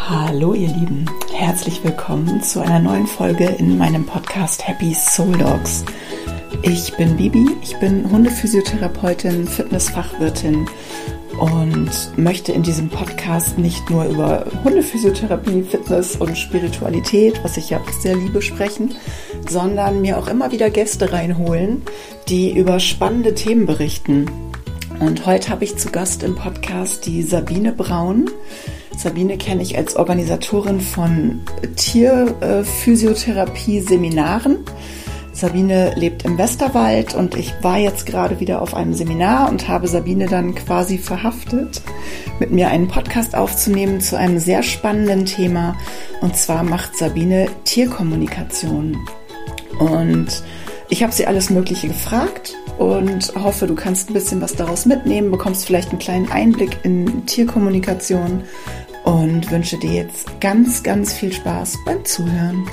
Hallo ihr Lieben, herzlich willkommen zu einer neuen Folge in meinem Podcast Happy Soul Dogs. Ich bin Bibi, ich bin Hundephysiotherapeutin, Fitnessfachwirtin und möchte in diesem Podcast nicht nur über Hundephysiotherapie, Fitness und Spiritualität, was ich ja auch sehr liebe, sprechen, sondern mir auch immer wieder Gäste reinholen, die über spannende Themen berichten. Und heute habe ich zu Gast im Podcast die Sabine Braun. Sabine kenne ich als Organisatorin von Tierphysiotherapie-Seminaren. Sabine lebt im Westerwald und ich war jetzt gerade wieder auf einem Seminar und habe Sabine dann quasi verhaftet, mit mir einen Podcast aufzunehmen zu einem sehr spannenden Thema. Und zwar macht Sabine Tierkommunikation. Und ich habe sie alles Mögliche gefragt und hoffe, du kannst ein bisschen was daraus mitnehmen, bekommst vielleicht einen kleinen Einblick in Tierkommunikation und wünsche dir jetzt ganz, ganz viel Spaß beim Zuhören.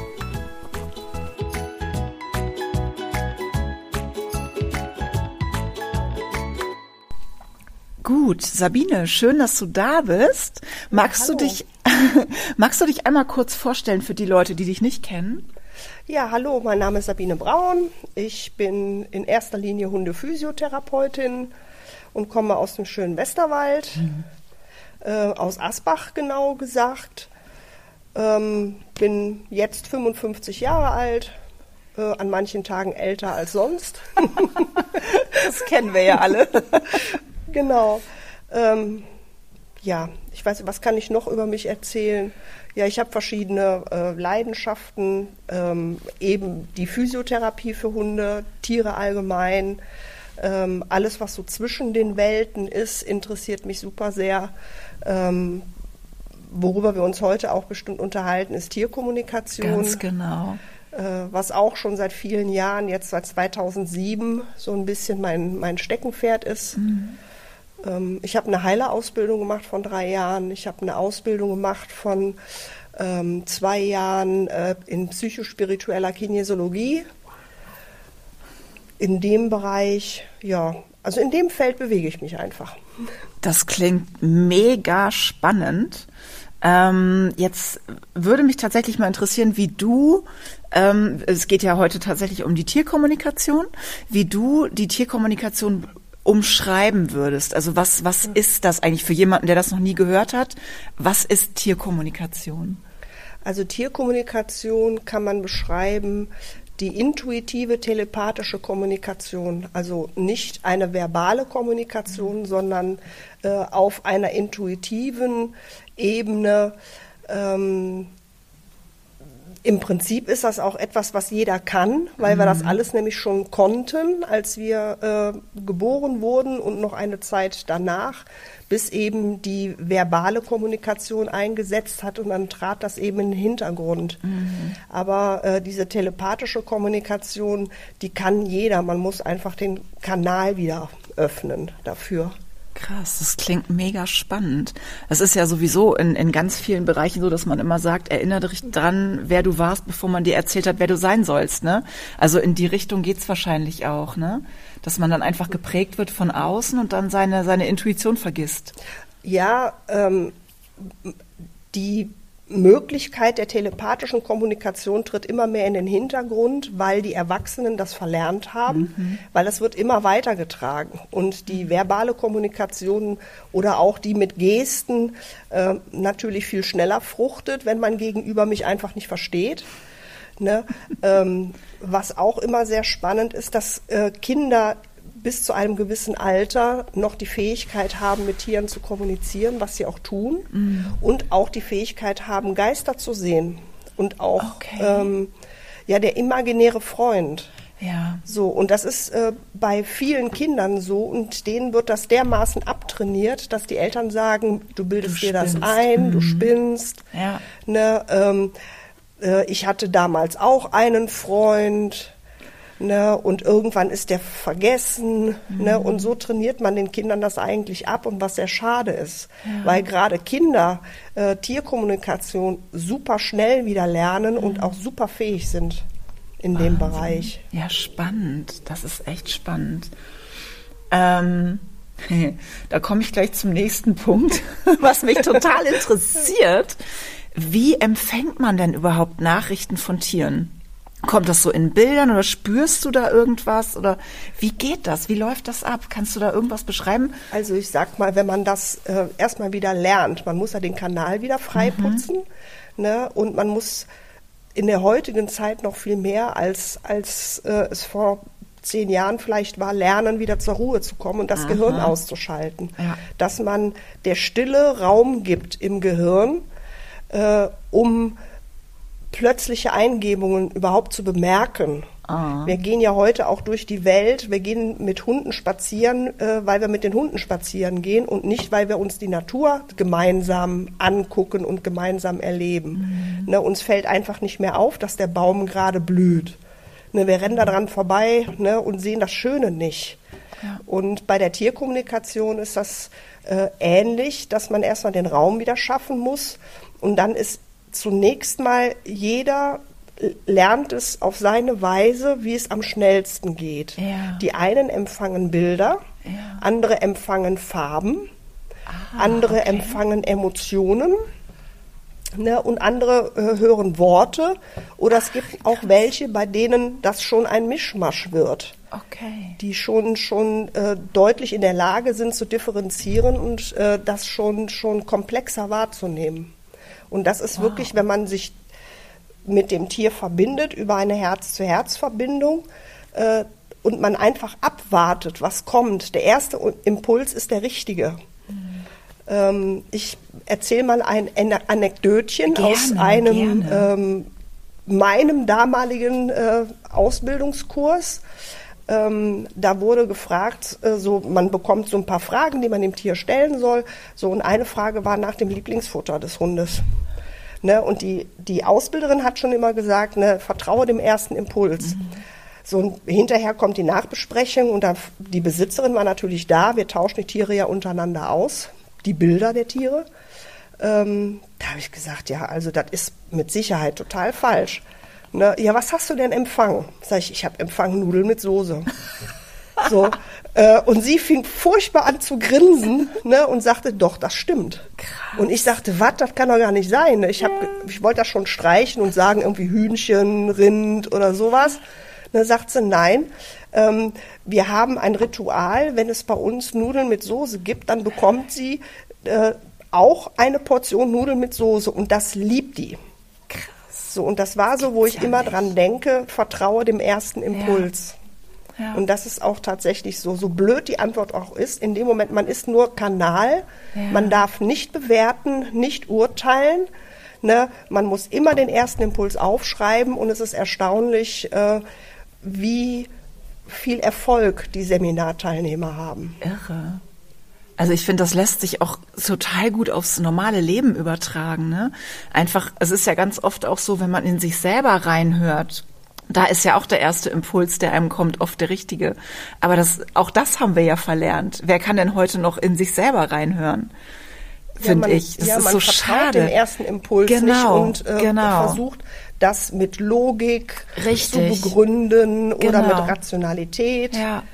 Gut, Sabine, schön, dass du da bist. Magst du dich einmal kurz vorstellen für die Leute, die dich nicht kennen? Ja, hallo, mein Name ist Sabine Braun. Ich bin in erster Linie Hundephysiotherapeutin und komme aus dem schönen Westerwald, aus Asbach genau gesagt. Bin jetzt 55 Jahre alt, an manchen Tagen älter als sonst. Das kennen wir ja alle. Genau. Ja, ich weiß, was kann ich noch über mich erzählen? Ja, ich habe verschiedene Leidenschaften, eben die Physiotherapie für Hunde, Tiere allgemein, alles, was so zwischen den Welten ist, interessiert mich super sehr. Worüber wir uns heute auch bestimmt unterhalten, ist Tierkommunikation. Ganz genau. Was auch schon seit vielen Jahren, jetzt seit 2007, so ein bisschen mein Steckenpferd ist. Mhm. Ich habe eine Heilerausbildung gemacht von 3 Jahren. Ich habe eine Ausbildung gemacht von 2 Jahren in psychospiritueller Kinesiologie. In dem Bereich, ja, also in dem Feld bewege ich mich einfach. Das klingt mega spannend. Jetzt würde mich tatsächlich mal interessieren, wie du, es geht ja heute tatsächlich um die Tierkommunikation, wie du die Tierkommunikation umschreiben würdest. Also was ist das eigentlich für jemanden, der das noch nie gehört hat? Was ist Tierkommunikation? Also Tierkommunikation kann man beschreiben, die intuitive telepathische Kommunikation. Also nicht eine verbale Kommunikation, sondern auf einer intuitiven Ebene. Im Prinzip ist das auch etwas, was jeder kann, weil wir das alles nämlich schon konnten, als wir geboren wurden und noch eine Zeit danach, bis eben die verbale Kommunikation eingesetzt hat und dann trat das eben in den Hintergrund. Aber diese telepathische Kommunikation, die kann jeder. Man muss einfach den Kanal wieder öffnen dafür. Krass, das klingt mega spannend. Es ist ja sowieso in ganz vielen Bereichen so, dass man immer sagt, erinnere dich dran, wer du warst, bevor man dir erzählt hat, wer du sein sollst, ne? Also in die Richtung geht's wahrscheinlich auch, ne? Dass man dann einfach geprägt wird von außen und dann seine Intuition vergisst. Ja, die Möglichkeit der telepathischen Kommunikation tritt immer mehr in den Hintergrund, weil die Erwachsenen das verlernt haben, weil das wird immer weitergetragen. Und die verbale Kommunikation oder auch die mit Gesten natürlich viel schneller fruchtet, wenn mein Gegenüber mich einfach nicht versteht. Ne? Was auch immer sehr spannend ist, dass Kinder bis zu einem gewissen Alter noch die Fähigkeit haben, mit Tieren zu kommunizieren, was sie auch tun, und auch die Fähigkeit haben, Geister zu sehen und auch der imaginäre Freund. Ja. So, und das ist bei vielen Kindern so und denen wird das dermaßen abtrainiert, dass die Eltern sagen, du bildest dir das ein, du spinnst. Ja. Ne, ich hatte damals auch einen Freund. Ne, und irgendwann ist der vergessen. Ne, und so trainiert man den Kindern das eigentlich ab und was sehr schade ist. Ja. Weil gerade Kinder Tierkommunikation super schnell wieder lernen und auch super fähig sind in dem Bereich. Ja, spannend. Das ist echt spannend. Da komme ich gleich zum nächsten Punkt, was mich total interessiert. Wie empfängt man denn überhaupt Nachrichten von Tieren? Kommt das so in Bildern oder spürst du da irgendwas? Oder wie geht das? Wie läuft das ab? Kannst du da irgendwas beschreiben? Also ich sag mal, wenn man das erstmal wieder lernt, man muss ja den Kanal wieder freiputzen, ne? Und man muss in der heutigen Zeit noch viel mehr, als es vor 10 Jahren vielleicht war, lernen, wieder zur Ruhe zu kommen und das Gehirn auszuschalten. Ja. Dass man der Stille Raum gibt im Gehirn, um plötzliche Eingebungen überhaupt zu bemerken. Wir gehen ja heute auch durch die Welt, wir gehen mit Hunden spazieren, weil wir mit den Hunden spazieren gehen und nicht, weil wir uns die Natur gemeinsam angucken und gemeinsam erleben. Ne, uns fällt einfach nicht mehr auf, dass der Baum gerade blüht. Ne, wir rennen da dran vorbei, ne, und sehen das Schöne nicht. Ja. Und bei der Tierkommunikation ist das ähnlich, dass man erstmal den Raum wieder schaffen muss und dann ist zunächst mal jeder lernt es auf seine Weise, wie es am schnellsten geht. Ja. Die einen empfangen Bilder, andere empfangen Farben, andere empfangen Emotionen, ne, und andere hören Worte. Oder es gibt auch welche, bei denen das schon ein Mischmasch wird. Okay. Die schon deutlich in der Lage sind zu differenzieren und das schon komplexer wahrzunehmen. Und das ist wirklich, wenn man sich mit dem Tier verbindet, über eine Herz-zu-Herz-Verbindung und man einfach abwartet, was kommt. Der erste Impuls ist der richtige. Ich erzähle mal ein Anekdötchen aus einem meinem damaligen Ausbildungskurs. Da wurde gefragt, man bekommt so ein paar Fragen, die man dem Tier stellen soll. So, und eine Frage war nach dem Lieblingsfutter des Hundes. Ne, und die Ausbilderin hat schon immer gesagt, ne, vertraue dem ersten Impuls. So, und hinterher kommt die Nachbesprechung und die Besitzerin war natürlich da. Wir tauschen die Tiere ja untereinander aus, die Bilder der Tiere. Da habe ich gesagt, ja, also das ist mit Sicherheit total falsch. Ne, ja, was hast du denn empfangen? Sag ich habe empfangen Nudeln mit Soße. So, und sie fing furchtbar an zu grinsen, ne, und sagte, doch, das stimmt. Krass. Und ich sagte, was, das kann doch gar nicht sein. Ich wollte das schon streichen und sagen, irgendwie Hühnchen, Rind oder sowas. Dann sagt sie, nein, wir haben ein Ritual, wenn es bei uns Nudeln mit Soße gibt, dann bekommt sie auch eine Portion Nudeln mit Soße und das liebt die. So, und das war so, wo ich immer dran denke, vertraue dem ersten Impuls. Ja. Und das ist auch tatsächlich so blöd die Antwort auch ist. In dem Moment, man ist nur Kanal, man darf nicht bewerten, nicht urteilen. Ne? Man muss immer den ersten Impuls aufschreiben und es ist erstaunlich, wie viel Erfolg die Seminarteilnehmer haben. Irre. Also ich finde, das lässt sich auch total gut aufs normale Leben übertragen, ne? Einfach, es ist ja ganz oft auch so, wenn man in sich selber reinhört, da ist ja auch der erste Impuls, der einem kommt, oft der richtige. Aber auch das haben wir ja verlernt. Wer kann denn heute noch in sich selber reinhören? Finde ich. Das ist so schade. Man dem ersten Impuls nicht und versucht, das mit Logik zu begründen oder mit Rationalität. Ja.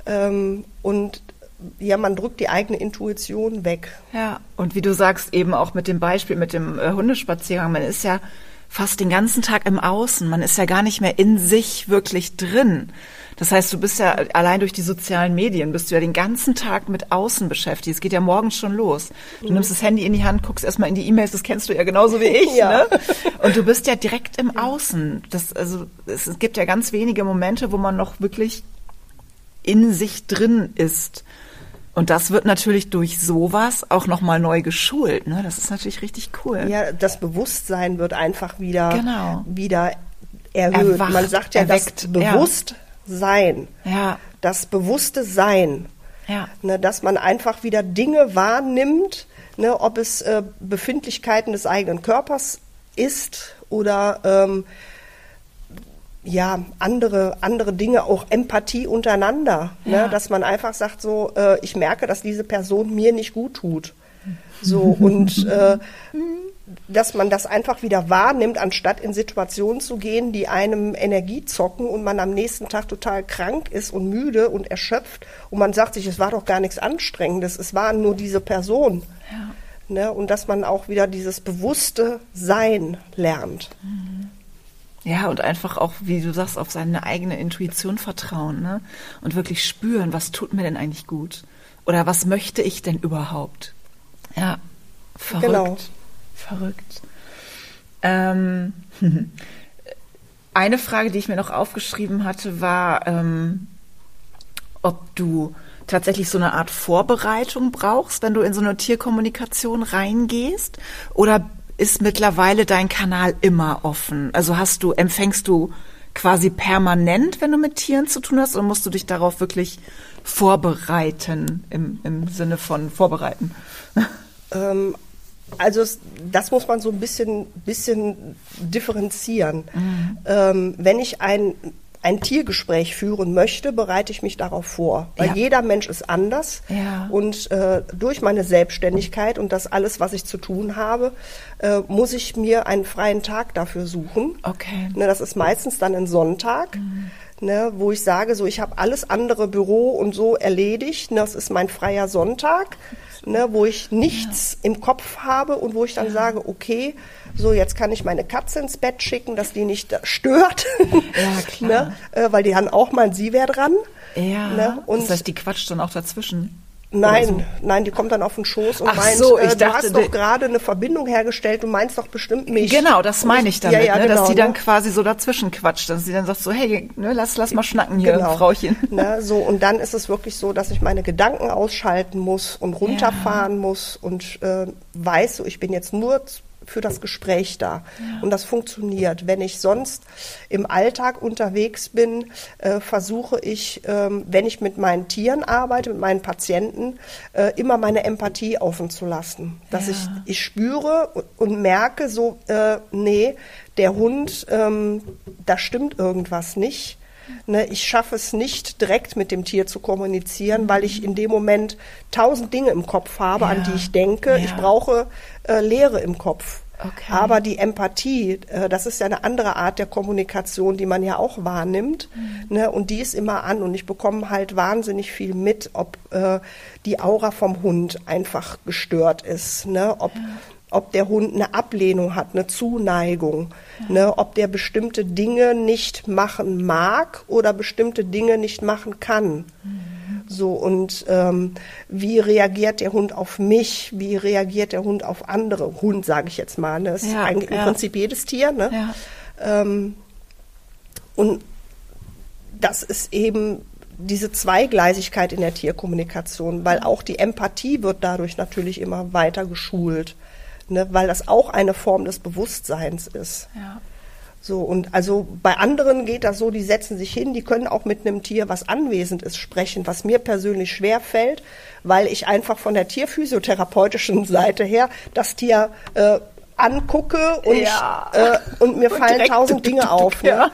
Und ja, man drückt die eigene Intuition weg. Ja, und wie du sagst, eben auch mit dem Beispiel, mit dem Hundespaziergang, man ist ja fast den ganzen Tag im Außen, man ist ja gar nicht mehr in sich wirklich drin. Das heißt, du bist ja allein durch die sozialen Medien, bist du ja den ganzen Tag mit Außen beschäftigt. Es geht ja morgens schon los. Du nimmst das Handy in die Hand, guckst erstmal in die E-Mails, das kennst du ja genauso wie ich. Ja. Ne? Und du bist ja direkt im Außen. Es gibt ja ganz wenige Momente, wo man noch wirklich in sich drin ist. Und das wird natürlich durch sowas auch nochmal neu geschult. Ne? Das ist natürlich richtig cool. Ja, das Bewusstsein wird einfach wieder erhöht. Man sagt ja, erweckt, das Bewusstsein, das bewusste Sein, ne, dass man einfach wieder Dinge wahrnimmt, ne, ob es Befindlichkeiten des eigenen Körpers ist oder andere Dinge, auch Empathie untereinander, ne? Dass man einfach sagt so, ich merke, dass diese Person mir nicht gut tut. So, und dass man das einfach wieder wahrnimmt, anstatt in Situationen zu gehen, die einem Energie zocken und man am nächsten Tag total krank ist und müde und erschöpft und man sagt sich, es war doch gar nichts Anstrengendes, es war nur diese Person. Ja. Ne? Und dass man auch wieder dieses bewusste Sein lernt. Ja, und einfach auch, wie du sagst, auf seine eigene Intuition vertrauen, ne? Und wirklich spüren, was tut mir denn eigentlich gut? Oder was möchte ich denn überhaupt? Ja, verrückt. Genau. Verrückt. Eine Frage, die ich mir noch aufgeschrieben hatte, war, ob du tatsächlich so eine Art Vorbereitung brauchst, wenn du in so eine Tierkommunikation reingehst? Oder ist mittlerweile dein Kanal immer offen? Also empfängst du quasi permanent, wenn du mit Tieren zu tun hast, oder musst du dich darauf wirklich vorbereiten, im Sinne von vorbereiten? Also das muss man so ein bisschen differenzieren. Wenn ich ein Tiergespräch führen möchte, bereite ich mich darauf vor. Weil jeder Mensch ist anders. Ja. Und durch meine Selbstständigkeit und das alles, was ich zu tun habe, muss ich mir einen freien Tag dafür suchen. Okay. Ne, das ist meistens dann ein Sonntag, ne, wo ich sage, so ich habe alles andere Büro und so erledigt. Ne, das ist mein freier Sonntag, ne, wo ich nichts im Kopf habe und wo ich dann sage, okay, so jetzt kann ich meine Katze ins Bett schicken, dass die nicht stört, ja, klar. Ne, weil die haben auch mal, sie wäre dran. Ja, ne, und das heißt, die quatscht dann auch dazwischen? Nein, die kommt dann auf den Schoß und meint, du hast doch gerade eine Verbindung hergestellt, du meinst doch bestimmt mich. Genau, das meine ich damit, genau, dass die dann quasi so dazwischen quatscht, dass sie dann sagt so, hey, ne, lass mal schnacken hier, Frauchen. Ne, so, und dann ist es wirklich so, dass ich meine Gedanken ausschalten muss und runterfahren muss und weiß, so, ich bin jetzt nur für das Gespräch da. Ja. Und das funktioniert. Wenn ich sonst im Alltag unterwegs bin, versuche ich, wenn ich mit meinen Tieren arbeite, mit meinen Patienten, immer meine Empathie offen zu lassen. Dass ich spüre und merke so, nee, der Hund, da stimmt irgendwas nicht. Ne, ich schaffe es nicht, direkt mit dem Tier zu kommunizieren, weil ich in dem Moment 1000 Dinge im Kopf habe, an die ich denke. Ja. Ich brauche Leere im Kopf. Okay. Aber die Empathie, das ist ja eine andere Art der Kommunikation, die man ja auch wahrnimmt. Ne, und die ist immer an. Und ich bekomme halt wahnsinnig viel mit, ob die Aura vom Hund einfach gestört ist. Ne, ob der Hund eine Ablehnung hat, eine Zuneigung, ne, ob der bestimmte Dinge nicht machen mag oder bestimmte Dinge nicht machen kann. So, und wie reagiert der Hund auf mich? Wie reagiert der Hund auf andere? Hund, sage ich jetzt mal. Ne? Das ist eigentlich im Prinzip jedes Tier. Ne? Ja. Und das ist eben diese Zweigleisigkeit in der Tierkommunikation, weil auch die Empathie wird dadurch natürlich immer weiter geschult. Ne, weil das auch eine Form des Bewusstseins ist. Ja. So, und also bei anderen geht das so, die setzen sich hin, die können auch mit einem Tier, was anwesend ist, sprechen, was mir persönlich schwer fällt, weil ich einfach von der tierphysiotherapeutischen Seite her das Tier angucke und, und mir fallen 1000 Dinge auf. Ne?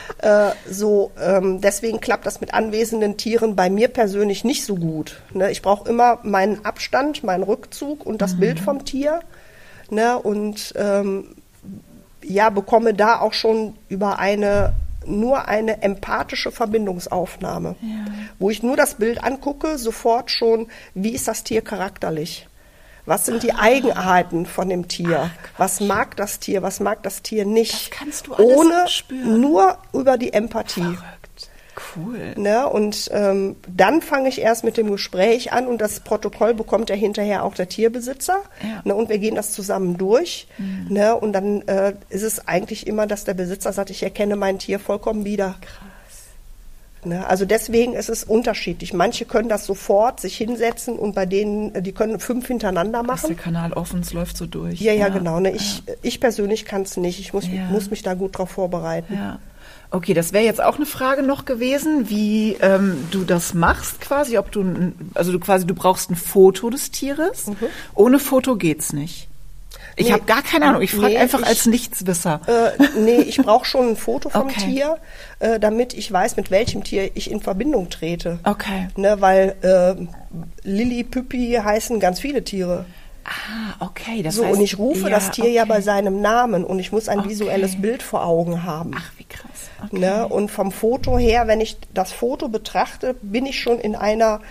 Deswegen klappt das mit anwesenden Tieren bei mir persönlich nicht so gut. Ne? Ich brauche immer meinen Abstand, meinen Rückzug und das Bild vom Tier. Ne, und bekomme da auch schon über nur eine empathische Verbindungsaufnahme, wo ich nur das Bild angucke, sofort schon, wie ist das Tier charakterlich? Was sind die Eigenheiten von dem Tier? Was mag das Tier nicht? Das kannst du alles spüren. Nur über die Empathie. Verrückt. Cool. Ne, und dann fange ich erst mit dem Gespräch an und das Protokoll bekommt ja hinterher auch der Tierbesitzer. Ja. Ne, und wir gehen das zusammen durch. Ne, und dann ist es eigentlich immer, dass der Besitzer sagt, ich erkenne mein Tier vollkommen wieder. Krass. Ne, also deswegen ist es unterschiedlich. Manche können das sofort sich hinsetzen und bei denen, die können 5 hintereinander machen. Ist der Kanal offen, es läuft so durch. Ja, genau. Ne, ich persönlich kann es nicht. Ich muss mich da gut drauf vorbereiten. Ja. Okay, das wäre jetzt auch eine Frage noch gewesen, wie du das machst quasi, du brauchst ein Foto des Tieres. Ohne Foto geht's nicht. Ich habe gar keine Ahnung, ich frage einfach als Nichtswisser. Ich brauche schon ein Foto vom Tier, damit ich weiß, mit welchem Tier ich in Verbindung trete. Okay. Ne, weil Lilli, Püppi heißen ganz viele Tiere. Okay. Das so, heißt, und ich rufe das Tier ja bei seinem Namen und ich muss ein visuelles Bild vor Augen haben. Ach, wie krass. Okay. Ne? Und vom Foto her, wenn ich das Foto betrachte, bin ich schon in einem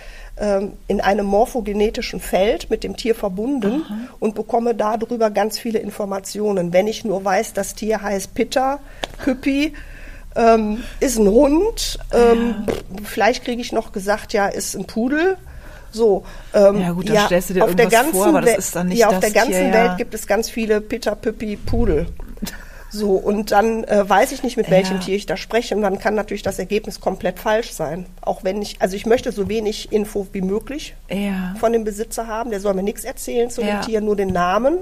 morphogenetischen Feld mit dem Tier verbunden und bekomme darüber ganz viele Informationen. Wenn ich nur weiß, das Tier heißt Pitter, Püppi, ist ein Hund, vielleicht kriege ich noch gesagt, ja, ist ein Pudel. So, ja gut, dann stellst du dir irgendwas vor, aber das ist dann nicht das auf der ganzen Tier, Welt gibt es ganz viele Pitter, Püppi, Pudel. So, und dann weiß ich nicht, mit welchem Tier ich da spreche und dann kann natürlich das Ergebnis komplett falsch sein. Auch wenn ich möchte so wenig Info wie möglich von dem Besitzer haben, der soll mir nichts erzählen zu dem Tier, nur den Namen,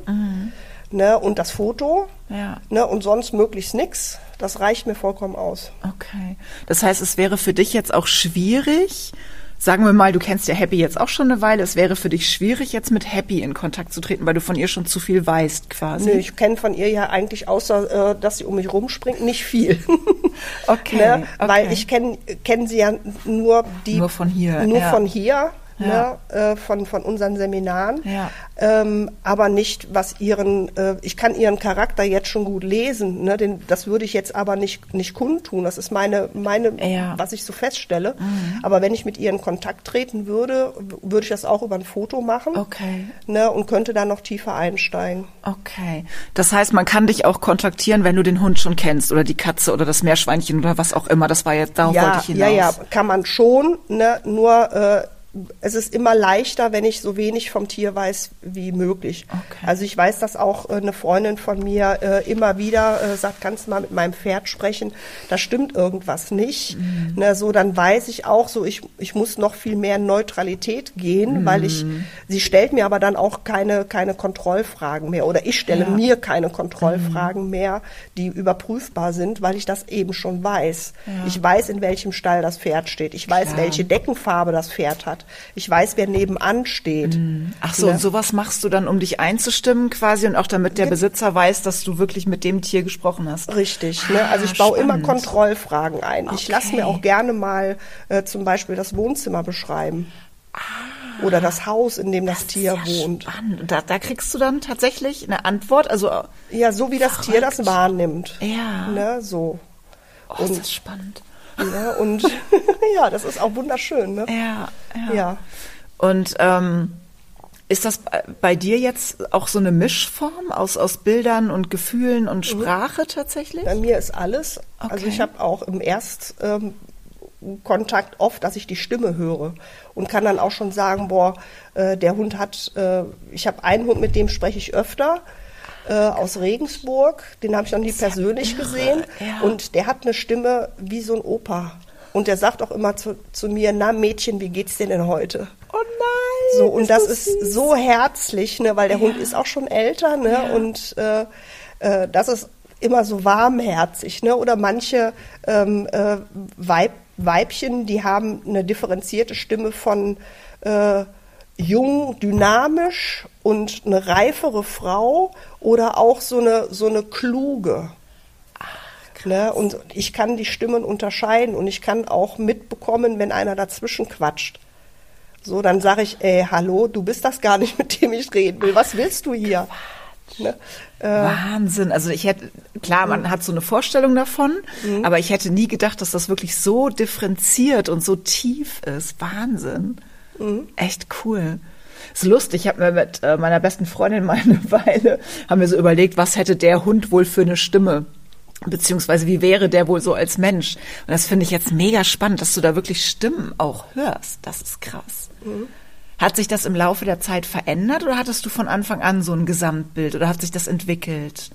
ne, und das Foto, ne, und sonst möglichst nichts. Das reicht mir vollkommen aus. Okay. Das heißt, es wäre für dich jetzt auch schwierig, sagen wir mal, du kennst ja Happy jetzt auch schon eine Weile, es wäre für dich schwierig, jetzt mit Happy in Kontakt zu treten, weil du von ihr schon zu viel weißt quasi. Nee, ich kenne von ihr ja eigentlich, außer dass sie um mich rumspringt, nicht viel. Okay. Ne? Weil ich kenn sie ja nur von hier. Von hier. Ne, von unseren Seminaren, aber nicht ich kann ihren Charakter jetzt schon gut lesen, ne, das würde ich jetzt aber nicht kundtun, das ist meine, was ich so feststelle, aber wenn ich mit ihr in Kontakt treten würde ich das auch über ein Foto machen, ne, und könnte dann noch tiefer einsteigen. Okay, das heißt, man kann dich auch kontaktieren, wenn du den Hund schon kennst oder die Katze oder das Meerschweinchen oder was auch immer, darauf wollte ich hinaus. Ja, kann man schon, ne, nur es ist immer leichter, wenn ich so wenig vom Tier weiß wie möglich. Okay. Also ich weiß, dass auch eine Freundin von mir immer wieder sagt, kannst du mal mit meinem Pferd sprechen, da stimmt irgendwas nicht. Na, so, dann weiß ich auch so, ich muss noch viel mehr in Neutralität gehen, weil sie stellt mir aber dann auch keine Kontrollfragen mehr oder ich stelle mir keine Kontrollfragen mehr, die überprüfbar sind, weil ich das eben schon weiß. Ja. Ich weiß, in welchem Stall das Pferd steht. Ich weiß, welche Deckenfarbe das Pferd hat. Ich weiß, wer nebenan steht. Ach so, und sowas machst du dann, um dich einzustimmen quasi und auch damit der Besitzer weiß, dass du wirklich mit dem Tier gesprochen hast. Richtig. Ne? Also ich baue immer Kontrollfragen ein. Okay. Ich lasse mir auch gerne mal zum Beispiel das Wohnzimmer beschreiben. Oder das Haus, in dem das Tier wohnt. Spannend. Da kriegst du dann tatsächlich eine Antwort? Also ja, so wie das Tier das wahrnimmt. Ja. Ne? So. Oh, das ist spannend. Ja, und ja, das ist auch wunderschön. Ne? Ja. Und ist das bei dir jetzt auch so eine Mischform aus Bildern und Gefühlen und Sprache tatsächlich? Bei mir ist alles. Okay. Also ich habe auch im Erstkontakt oft, dass ich die Stimme höre und kann dann auch schon sagen, der Hund ich habe einen Hund, mit dem spreche ich öfter, aus Regensburg, den habe ich noch nie persönlich gesehen und der hat eine Stimme wie so ein Opa und der sagt auch immer zu mir, na Mädchen, wie geht's dir denn heute? Oh nein! So, und das ist so herzlich, ne, weil der Hund ist auch schon älter, ne, und das ist immer so warmherzig, ne, oder manche Weibchen, die haben eine differenzierte Stimme von jung, dynamisch und eine reifere Frau oder auch so eine kluge. Ach, ne? Und ich kann die Stimmen unterscheiden und ich kann auch mitbekommen, wenn einer dazwischen quatscht. So, dann sage ich, hallo, du bist das gar nicht, mit dem ich reden will. Was willst du hier? Ne? Wahnsinn. Also man hat so eine Vorstellung davon, aber ich hätte nie gedacht, dass das wirklich so differenziert und so tief ist. Wahnsinn. Echt cool. Ist lustig, ich habe mir mit meiner besten Freundin mal eine Weile, haben wir so überlegt, was hätte der Hund wohl für eine Stimme, beziehungsweise wie wäre der wohl so als Mensch. Und das finde ich jetzt mega spannend, dass du da wirklich Stimmen auch hörst. Das ist krass. Hat sich das im Laufe der Zeit verändert oder hattest du von Anfang an so ein Gesamtbild oder hat sich das entwickelt?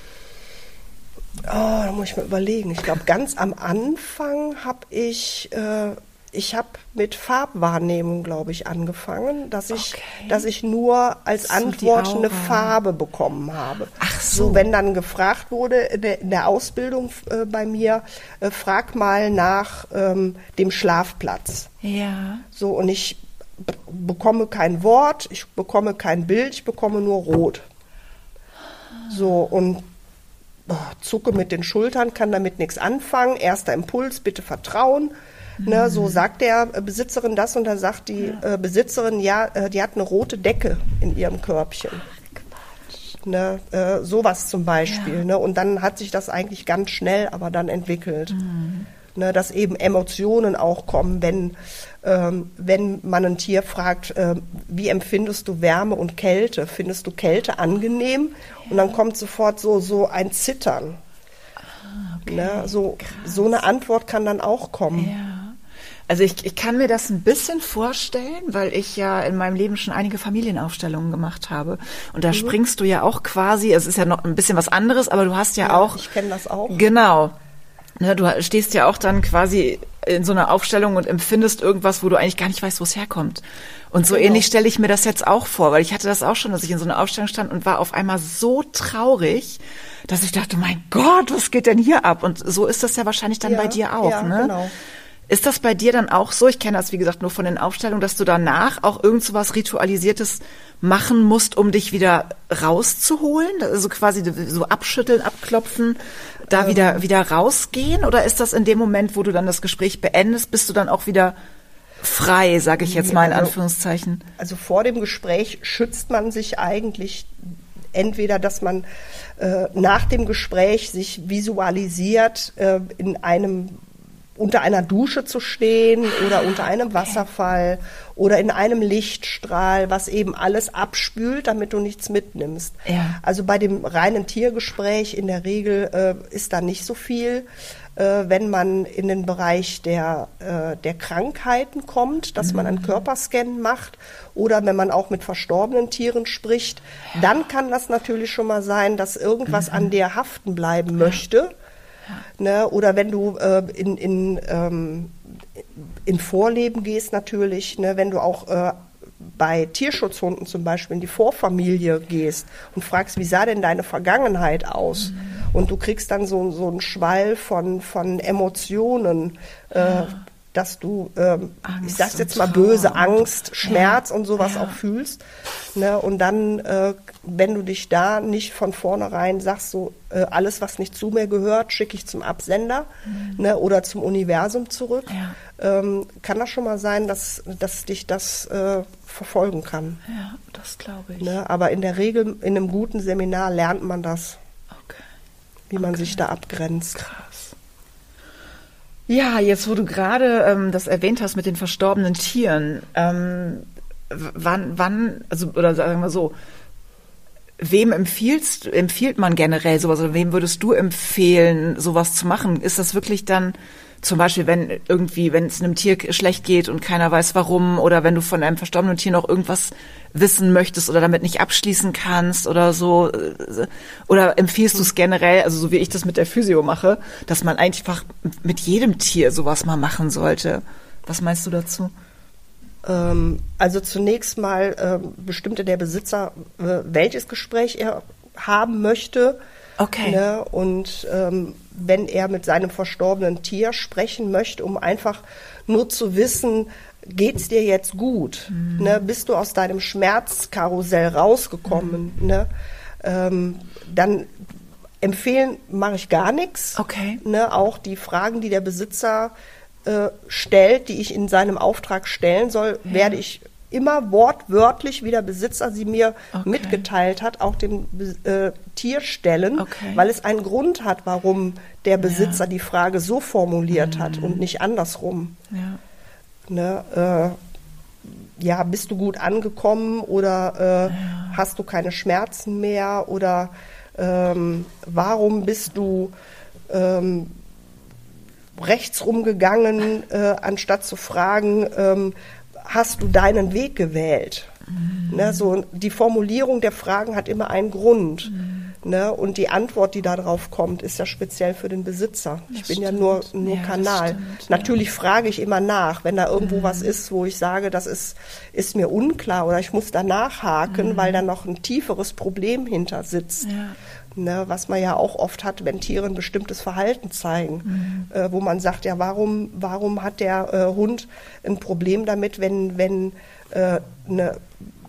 Da muss ich mal überlegen. Ich glaube, ganz am Anfang habe ich mit Farbwahrnehmung, glaube ich, angefangen, dass ich nur als Antwort eine Farbe bekommen habe. Ach so. Wenn dann gefragt wurde in der Ausbildung bei mir, frag mal nach dem Schlafplatz. Ja. So, und ich bekomme kein Wort, ich bekomme kein Bild, ich bekomme nur Rot. So, und zucke mit den Schultern, kann damit nichts anfangen. Erster Impuls, bitte vertrauen. Ne, so sagt der Besitzerin das und dann sagt die Besitzerin, die hat eine rote Decke in ihrem Körbchen. Ne, sowas zum Beispiel. Ja. Ne, und dann hat sich das eigentlich ganz schnell aber dann entwickelt. Ne, dass eben Emotionen auch kommen, wenn man ein Tier fragt, wie empfindest du Wärme und Kälte? Findest du Kälte angenehm? Und dann kommt sofort so ein Zittern. Okay. Ne, so eine Antwort kann dann auch kommen. Ja. Also ich kann mir das ein bisschen vorstellen, weil ich ja in meinem Leben schon einige Familienaufstellungen gemacht habe. Und da springst du ja auch quasi, es ist ja noch ein bisschen was anderes, aber du hast ja auch... Ich kenne das auch. Genau. Ne, du stehst ja auch dann quasi in so einer Aufstellung und empfindest irgendwas, wo du eigentlich gar nicht weißt, wo es herkommt. Und so ähnlich stelle ich mir das jetzt auch vor, weil ich hatte das auch schon, dass ich in so einer Aufstellung stand und war auf einmal so traurig, dass ich dachte, mein Gott, was geht denn hier ab? Und so ist das ja wahrscheinlich dann bei dir auch, ja, ne? Genau. Ist das bei dir dann auch so? Ich kenne das, wie gesagt, nur von den Aufstellungen, dass du danach auch irgend so was Ritualisiertes machen musst, um dich wieder rauszuholen? Also quasi so abschütteln, abklopfen, da wieder rausgehen? Oder ist das in dem Moment, wo du dann das Gespräch beendest, bist du dann auch wieder frei, sage ich jetzt mal in Anführungszeichen? Also vor dem Gespräch schützt man sich eigentlich entweder, dass man nach dem Gespräch sich visualisiert, unter einer Dusche zu stehen oder unter einem Wasserfall oder in einem Lichtstrahl, was eben alles abspült, damit du nichts mitnimmst. Ja. Also bei dem reinen Tiergespräch in der Regel ist da nicht so viel. Wenn man in den Bereich der Krankheiten kommt, dass man einen Körperscan macht oder wenn man auch mit verstorbenen Tieren spricht, dann kann das natürlich schon mal sein, dass irgendwas an dir haften bleiben möchte. Ne, oder wenn du in Vorleben gehst natürlich, ne, wenn du auch bei Tierschutzhunden zum Beispiel in die Vorfamilie gehst und fragst, wie sah denn deine Vergangenheit aus? Und du kriegst dann so einen Schwall von Emotionen, dass du, ich sag's jetzt mal böse, Angst, Schmerz und sowas auch fühlst. Ne? Und dann, wenn du dich da nicht von vornherein sagst, so alles, was nicht zu mir gehört, schicke ich zum Absender ne? Oder zum Universum zurück, kann das schon mal sein, dass dich das verfolgen kann. Ja, das glaube ich. Ne? Aber in der Regel, in einem guten Seminar lernt man das, wie man sich da abgrenzt. Krass. Ja, jetzt wo du gerade das erwähnt hast mit den verstorbenen Tieren, wann, also oder sagen wir so, wem empfiehlt man generell sowas oder wem würdest du empfehlen, sowas zu machen? Ist das wirklich dann zum Beispiel, wenn es einem Tier schlecht geht und keiner weiß warum oder wenn du von einem verstorbenen Tier noch irgendwas wissen möchtest oder damit nicht abschließen kannst oder so, oder empfiehlst du es generell, also so wie ich das mit der Physio mache, dass man einfach mit jedem Tier sowas mal machen sollte? Was meinst du dazu? Also zunächst mal bestimmte der Besitzer, welches Gespräch er haben möchte. Okay. Ne? Und wenn er mit seinem verstorbenen Tier sprechen möchte, um einfach nur zu wissen, geht's dir jetzt gut? Ne? Bist du aus deinem Schmerzkarussell rausgekommen? Ne? Dann empfehlen mache ich gar nichts. Okay. Ne? Auch die Fragen, die der Besitzer stellt, die ich in seinem Auftrag stellen soll, werde ich immer wortwörtlich, wie der Besitzer sie mir mitgeteilt hat, auch dem Tier stellen, weil es einen Grund hat, warum der Besitzer die Frage so formuliert hat und nicht andersrum. Ja. Ne, bist du gut angekommen oder hast du keine Schmerzen mehr oder warum bist du rechts rumgegangen, anstatt zu fragen, hast du deinen Weg gewählt? Ne, so die Formulierung der Fragen hat immer einen Grund. Ne, und die Antwort, die darauf kommt, ist ja speziell für den Besitzer. Ich bin ja nur Kanal. Natürlich frage ich immer nach, wenn da irgendwo was ist, wo ich sage, das ist mir unklar oder ich muss da nachhaken, weil da noch ein tieferes Problem hinter sitzt. Ja. Ne, was man ja auch oft hat, wenn Tiere ein bestimmtes Verhalten zeigen, wo man sagt, ja, warum hat der Hund ein Problem damit, wenn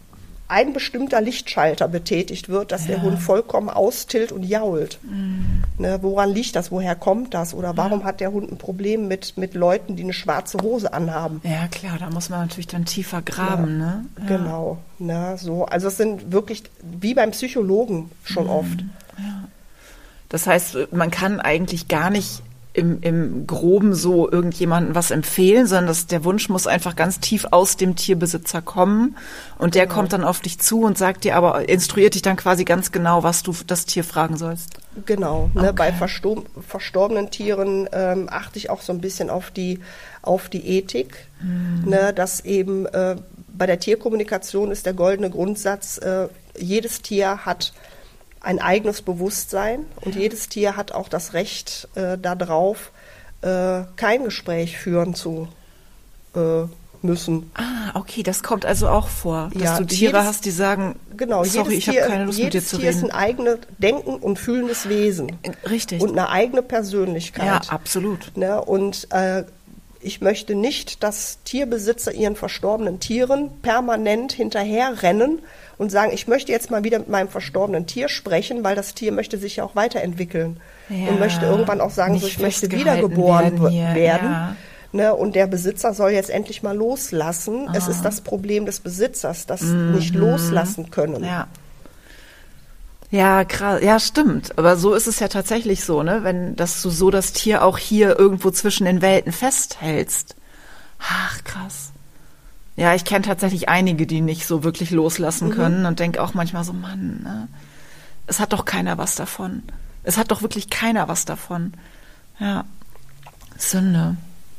ein bestimmter Lichtschalter betätigt wird, dass der Hund vollkommen austillt und jault. Ne, woran liegt das? Woher kommt das? Oder warum hat der Hund ein Problem mit Leuten, die eine schwarze Hose anhaben? Ja, klar, da muss man natürlich dann tiefer graben. Ja, ne? Ja. Genau. Ne, so. Also es sind wirklich, wie beim Psychologen schon oft. Ja. Das heißt, man kann eigentlich gar nicht im Groben so irgendjemandem was empfehlen, sondern der Wunsch muss einfach ganz tief aus dem Tierbesitzer kommen und der kommt dann auf dich zu und sagt dir aber, instruiert dich dann quasi ganz genau, was du das Tier fragen sollst. Genau, ne, Okay. bei verstorbenen Tieren achte ich auch so ein bisschen auf die Ethik, ne, dass eben bei der Tierkommunikation ist der goldene Grundsatz, jedes Tier hat ein eigenes Bewusstsein und jedes Tier hat auch das Recht darauf, kein Gespräch führen zu müssen. Ah, okay, das kommt also auch vor, dass Ja, du Tiere jedes- hast, die sagen, Genau, sorry, ich habe keine Lust mit dir zu Tier ist reden. ein eigenes Denken und fühlendes Wesen Richtig. und eine eigene Persönlichkeit. Ja, absolut. Ne? Und ich möchte nicht, dass Tierbesitzer ihren verstorbenen Tieren permanent hinterherrennen und sagen, ich möchte jetzt mal wieder mit meinem verstorbenen Tier sprechen, weil das Tier möchte sich ja auch weiterentwickeln Ja, und möchte irgendwann auch sagen, so, nicht ich möchte festgehalten wiedergeboren werden hier, werden. ja. Ne? Und der Besitzer soll jetzt endlich mal loslassen. Es ist das Problem des Besitzers, das nicht loslassen können. Ja. Ja, krass. Ja, stimmt. Aber so ist es ja tatsächlich so, ne? Dass du so das Tier auch hier irgendwo zwischen den Welten festhältst. Ach, krass. Ja, ich kenne tatsächlich einige, die nicht so wirklich loslassen können und denke auch manchmal so, Mann, ne? Es hat doch keiner was davon. Es hat doch wirklich keiner was davon. Ja. Sünde.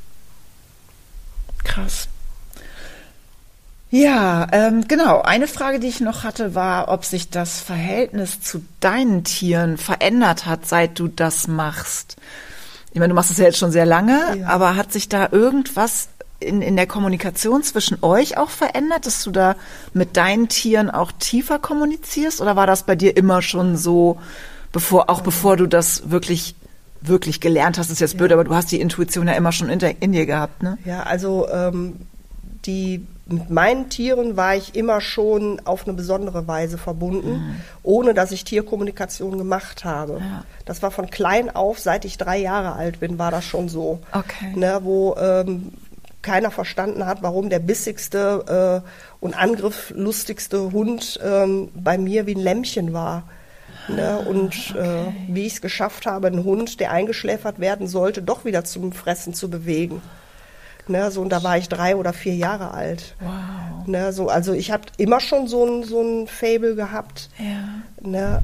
Krass. Ja, genau. Eine Frage, die ich noch hatte, war, ob sich das Verhältnis zu deinen Tieren verändert hat, seit du das machst. Ich meine, du machst es ja jetzt schon sehr lange, Ja. aber hat sich da irgendwas in der Kommunikation zwischen euch auch verändert, dass du da mit deinen Tieren auch tiefer kommunizierst? Oder war das bei dir immer schon so, bevor du das wirklich gelernt hast, ist jetzt blöd, aber du hast die Intuition ja immer schon in dir gehabt, ne? Ja, also mit meinen Tieren war ich immer schon auf eine besondere Weise verbunden, ohne dass ich Tierkommunikation gemacht habe. Ja. Das war von klein auf, seit ich 3 Jahre alt bin, war das schon so. Okay. Ne, wo keiner verstanden hat, warum der bissigste und angriffslustigste Hund bei mir wie ein Lämmchen war. Ne, und wie ich es geschafft habe, einen Hund, der eingeschläfert werden sollte, doch wieder zum Fressen zu bewegen. Ne, so, und da war ich 3 oder 4 Jahre alt. Wow. Ne, so, also ich habe immer schon so ein Faible gehabt. Ja. Ne,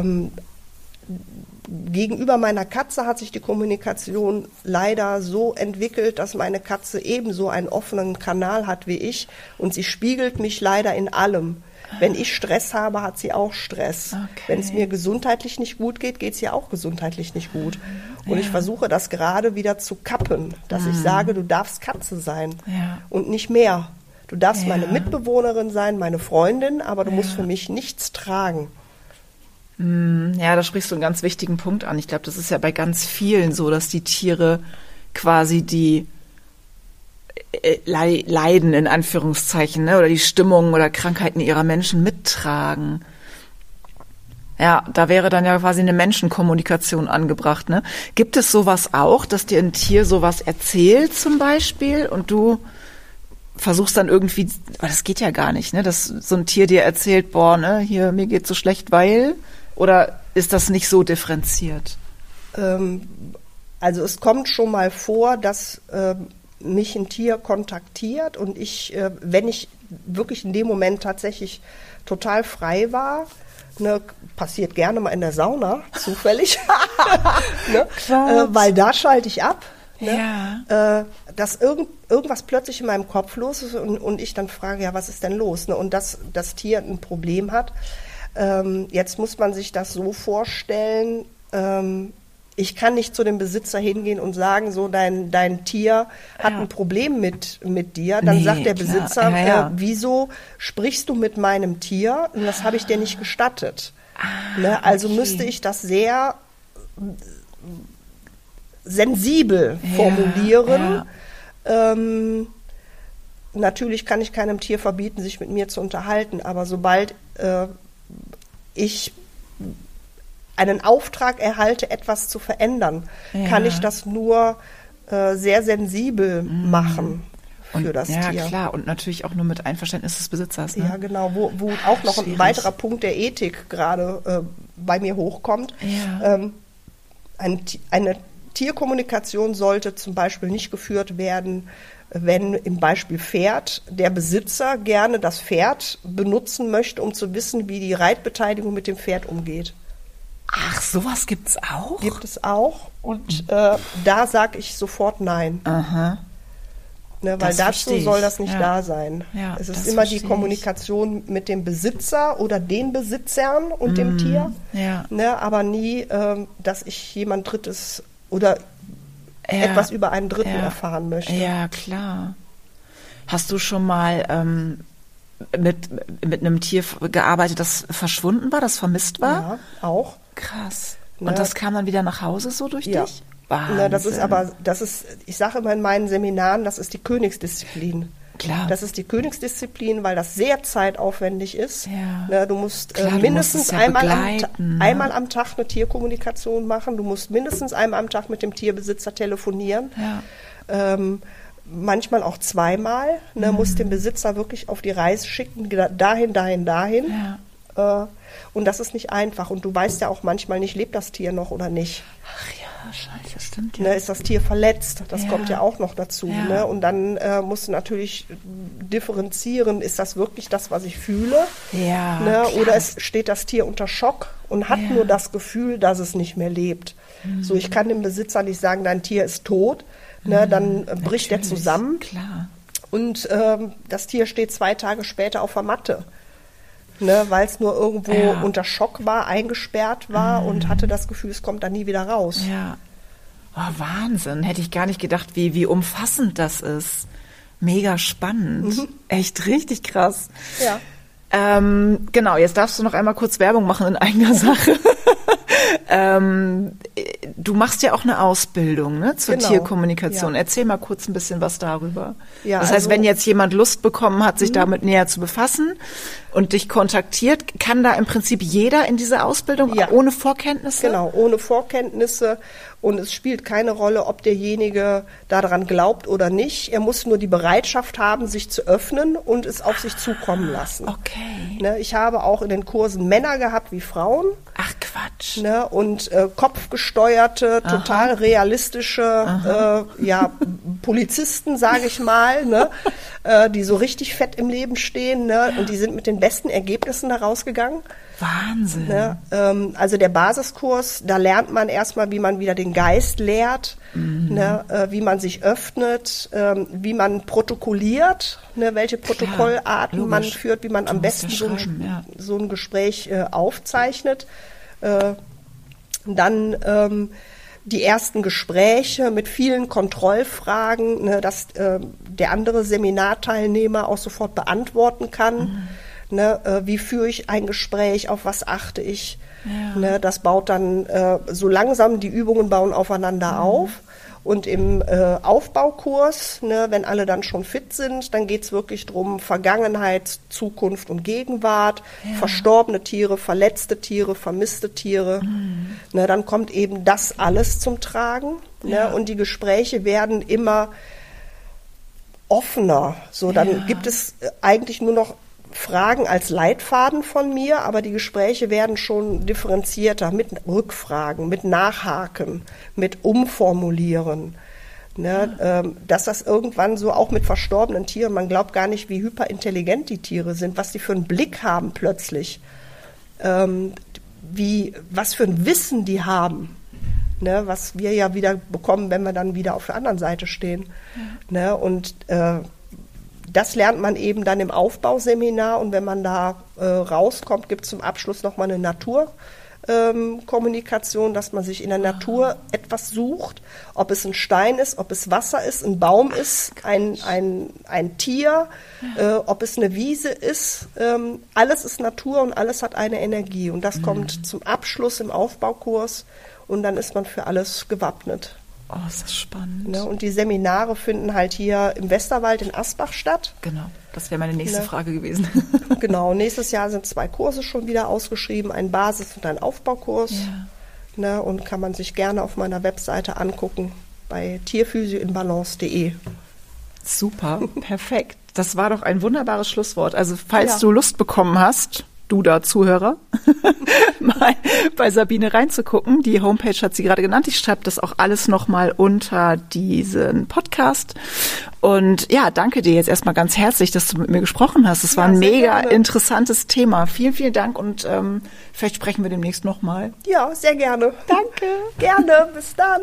gegenüber meiner Katze hat sich die Kommunikation leider so entwickelt, dass meine Katze ebenso einen offenen Kanal hat wie ich und sie spiegelt mich leider in allem. Wenn ich Stress habe, hat sie auch Stress. Okay. Wenn es mir gesundheitlich nicht gut geht, geht es ihr auch gesundheitlich nicht gut. Und ich versuche das gerade wieder zu kappen, dass ich sage, du darfst Katze sein und nicht mehr. Du darfst meine Mitbewohnerin sein, meine Freundin, aber du musst für mich nichts tragen. Ja, da sprichst du einen ganz wichtigen Punkt an. Ich glaube, das ist ja bei ganz vielen so, dass die Tiere quasi die Leiden in Anführungszeichen, ne, oder die Stimmung oder Krankheiten ihrer Menschen mittragen. Ja, da wäre dann ja quasi eine Menschenkommunikation angebracht, ne? Gibt es sowas auch, dass dir ein Tier sowas erzählt zum Beispiel und du versuchst dann irgendwie, aber das geht ja gar nicht, ne, dass so ein Tier dir erzählt, boah, ne, hier, mir geht's so schlecht, weil, oder ist das nicht so differenziert? Also es kommt schon mal vor, dass mich ein Tier kontaktiert und ich, wenn ich wirklich in dem Moment tatsächlich total frei war, ne, passiert gerne mal in der Sauna, zufällig, ne, weil da schalte ich ab, ne, dass irgendwas plötzlich in meinem Kopf los ist und ich dann frage, ja, was ist denn los? Ne, und dass das Tier ein Problem hat. Jetzt muss man sich das so vorstellen, ich kann nicht zu dem Besitzer hingehen und sagen, so dein Tier hat ein Problem mit dir. Dann sagt der Besitzer, wieso sprichst du mit meinem Tier? Und das habe ich dir nicht gestattet. Ne? Also müsste ich das sehr sensibel formulieren. natürlich kann ich keinem Tier verbieten, sich mit mir zu unterhalten, aber sobald ich einen Auftrag erhalte, etwas zu verändern, kann ich das nur sehr sensibel machen für das Tier. Ja, klar. Und natürlich auch nur mit Einverständnis des Besitzers. Ne? Ja, genau. Wo auch noch ein weiterer Punkt der Ethik gerade bei mir hochkommt. Ja. Eine Tierkommunikation sollte zum Beispiel nicht geführt werden, wenn im Beispiel Pferd der Besitzer gerne das Pferd benutzen möchte, um zu wissen, wie die Reitbeteiligung mit dem Pferd umgeht. Ach, sowas gibt's auch? Gibt es auch. Und da sage ich sofort nein. Aha. Ne, weil dazu soll das nicht da sein. Ja, es ist immer die Kommunikation mit dem Besitzer oder den Besitzern und dem Tier. Ja. Ne, aber nie, dass ich jemand Drittes oder etwas über einen Dritten erfahren möchte. Ja, klar. Hast du schon mal mit einem Tier gearbeitet, das verschwunden war, das vermisst war? Ja, auch. Krass. Ne? Und das kam dann wieder nach Hause so durch dich? Ne, das ist, ich sage immer in meinen Seminaren, das ist die Königsdisziplin. Klar. Das ist die Königsdisziplin, weil das sehr zeitaufwendig ist. Ja. Ne, du musst mindestens einmal am Tag eine Tierkommunikation machen. Du musst mindestens einmal am Tag mit dem Tierbesitzer telefonieren. Ja. Manchmal auch zweimal. Ne, musst den Besitzer wirklich auf die Reise schicken, dahin. Ja. Und das ist nicht einfach. Und du weißt ja auch manchmal nicht, lebt das Tier noch oder nicht. Ach ja, scheiße, stimmt ja. Ne, ist das Tier verletzt? Das kommt ja auch noch dazu. Ja. Ne? Und dann musst du natürlich differenzieren, ist das wirklich das, was ich fühle? Ja, ne? Oder steht das Tier unter Schock und hat nur das Gefühl, dass es nicht mehr lebt. So, ich kann dem Besitzer nicht sagen, dein Tier ist tot. Ne? Dann bricht er zusammen. Klar. Und das Tier steht 2 Tage später auf der Matte. Ne, weil es nur irgendwo unter Schock war, eingesperrt war und hatte das Gefühl, es kommt da nie wieder raus. Ja. Oh, Wahnsinn. Hätte ich gar nicht gedacht, wie umfassend das ist. Mega spannend. Echt richtig krass. Ja. Genau, jetzt darfst du noch einmal kurz Werbung machen in eigener Sache. Du machst ja auch eine Ausbildung, ne, zur Tierkommunikation. Ja. Erzähl mal kurz ein bisschen was darüber. Ja, das heißt, wenn jetzt jemand Lust bekommen hat, sich damit näher zu befassen und dich kontaktiert, kann da im Prinzip jeder in diese Ausbildung ohne Vorkenntnisse? Genau, ohne Vorkenntnisse. Und es spielt keine Rolle, ob derjenige daran glaubt oder nicht. Er muss nur die Bereitschaft haben, sich zu öffnen und es auf sich zukommen lassen. Okay. Ne, ich habe auch in den Kursen Männer gehabt wie Frauen. Ach Quatsch. Ne, und kopfgesteuerte, total realistische Polizisten, sage ich mal, ne, die so richtig fett im Leben stehen, ne, und die sind mit den besten Ergebnissen da rausgegangen. Wahnsinn. Ne, also der Basiskurs, da lernt man erstmal, wie man wieder den Geist lehrt, ne, wie man sich öffnet, wie man protokolliert, ne, welche Protokollarten man führt, wie man am besten so ein Gespräch aufzeichnet. Dann die ersten Gespräche mit vielen Kontrollfragen, ne, dass der andere Seminarteilnehmer auch sofort beantworten kann. Ne, wie führe ich ein Gespräch, auf was achte ich? Ja. Ne, das baut dann so langsam, die Übungen bauen aufeinander auf. Und im Aufbaukurs, ne, wenn alle dann schon fit sind, dann geht's wirklich drum Vergangenheit, Zukunft und Gegenwart, verstorbene Tiere, verletzte Tiere, vermisste Tiere. Ne, dann kommt eben das alles zum Tragen. Ne, und die Gespräche werden immer offener. So, dann gibt es eigentlich nur noch Fragen als Leitfaden von mir, aber die Gespräche werden schon differenzierter mit Rückfragen, mit Nachhaken, mit Umformulieren. Ne, dass das irgendwann so auch mit verstorbenen Tieren, man glaubt gar nicht, wie hyperintelligent die Tiere sind, was die für einen Blick haben plötzlich, was für ein Wissen die haben. Ne, was wir ja wieder bekommen, wenn wir dann wieder auf der anderen Seite stehen. Ne, und das lernt man eben dann im Aufbauseminar, und wenn man da rauskommt, gibt es zum Abschluss nochmal eine Naturkommunikation, dass man sich in der Natur etwas sucht, ob es ein Stein ist, ob es Wasser ist, ein Baum ist, ein Tier, ob es eine Wiese ist. Alles ist Natur und alles hat eine Energie, und das kommt zum Abschluss im Aufbaukurs, und dann ist man für alles gewappnet. Oh, ist das spannend. Ne? Und die Seminare finden halt hier im Westerwald in Asbach statt. Genau, das wäre meine nächste Frage gewesen. Genau, nächstes Jahr sind 2 Kurse schon wieder ausgeschrieben, ein Basis- und ein Aufbaukurs. Ja. Ne? Und kann man sich gerne auf meiner Webseite angucken, bei tierphysioinbalance.de. Super, perfekt. Das war doch ein wunderbares Schlusswort. Also falls du Lust bekommen hast, du da Zuhörer, mal bei Sabine reinzugucken. Die Homepage hat sie gerade genannt. Ich schreibe das auch alles nochmal unter diesen Podcast. Und ja, danke dir jetzt erstmal ganz herzlich, dass du mit mir gesprochen hast. Es war ein mega interessantes Thema. Vielen, vielen Dank und vielleicht sprechen wir demnächst nochmal. Ja, sehr gerne. Danke. Gerne, bis dann.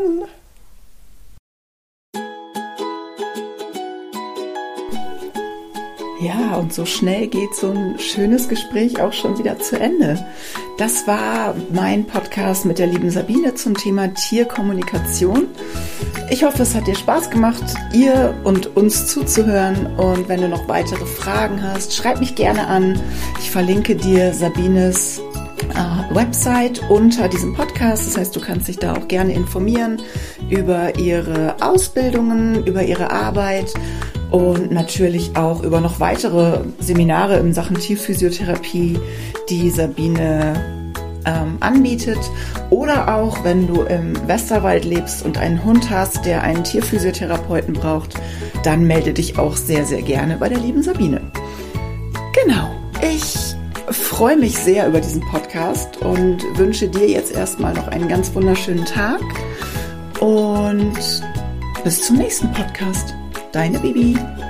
Ja, und so schnell geht so ein schönes Gespräch auch schon wieder zu Ende. Das war mein Podcast mit der lieben Sabine zum Thema Tierkommunikation. Ich hoffe, es hat dir Spaß gemacht, ihr und uns zuzuhören. Und wenn du noch weitere Fragen hast, schreib mich gerne an. Ich verlinke dir Sabines Website unter diesem Podcast. Das heißt, du kannst dich da auch gerne informieren über ihre Ausbildungen, über ihre Arbeit und natürlich auch über noch weitere Seminare in Sachen Tierphysiotherapie, die Sabine anbietet. Oder auch, wenn du im Westerwald lebst und einen Hund hast, der einen Tierphysiotherapeuten braucht, dann melde dich auch sehr, sehr gerne bei der lieben Sabine. Genau, ich freue mich sehr über diesen Podcast und wünsche dir jetzt erstmal noch einen ganz wunderschönen Tag und bis zum nächsten Podcast. Deine Bibi.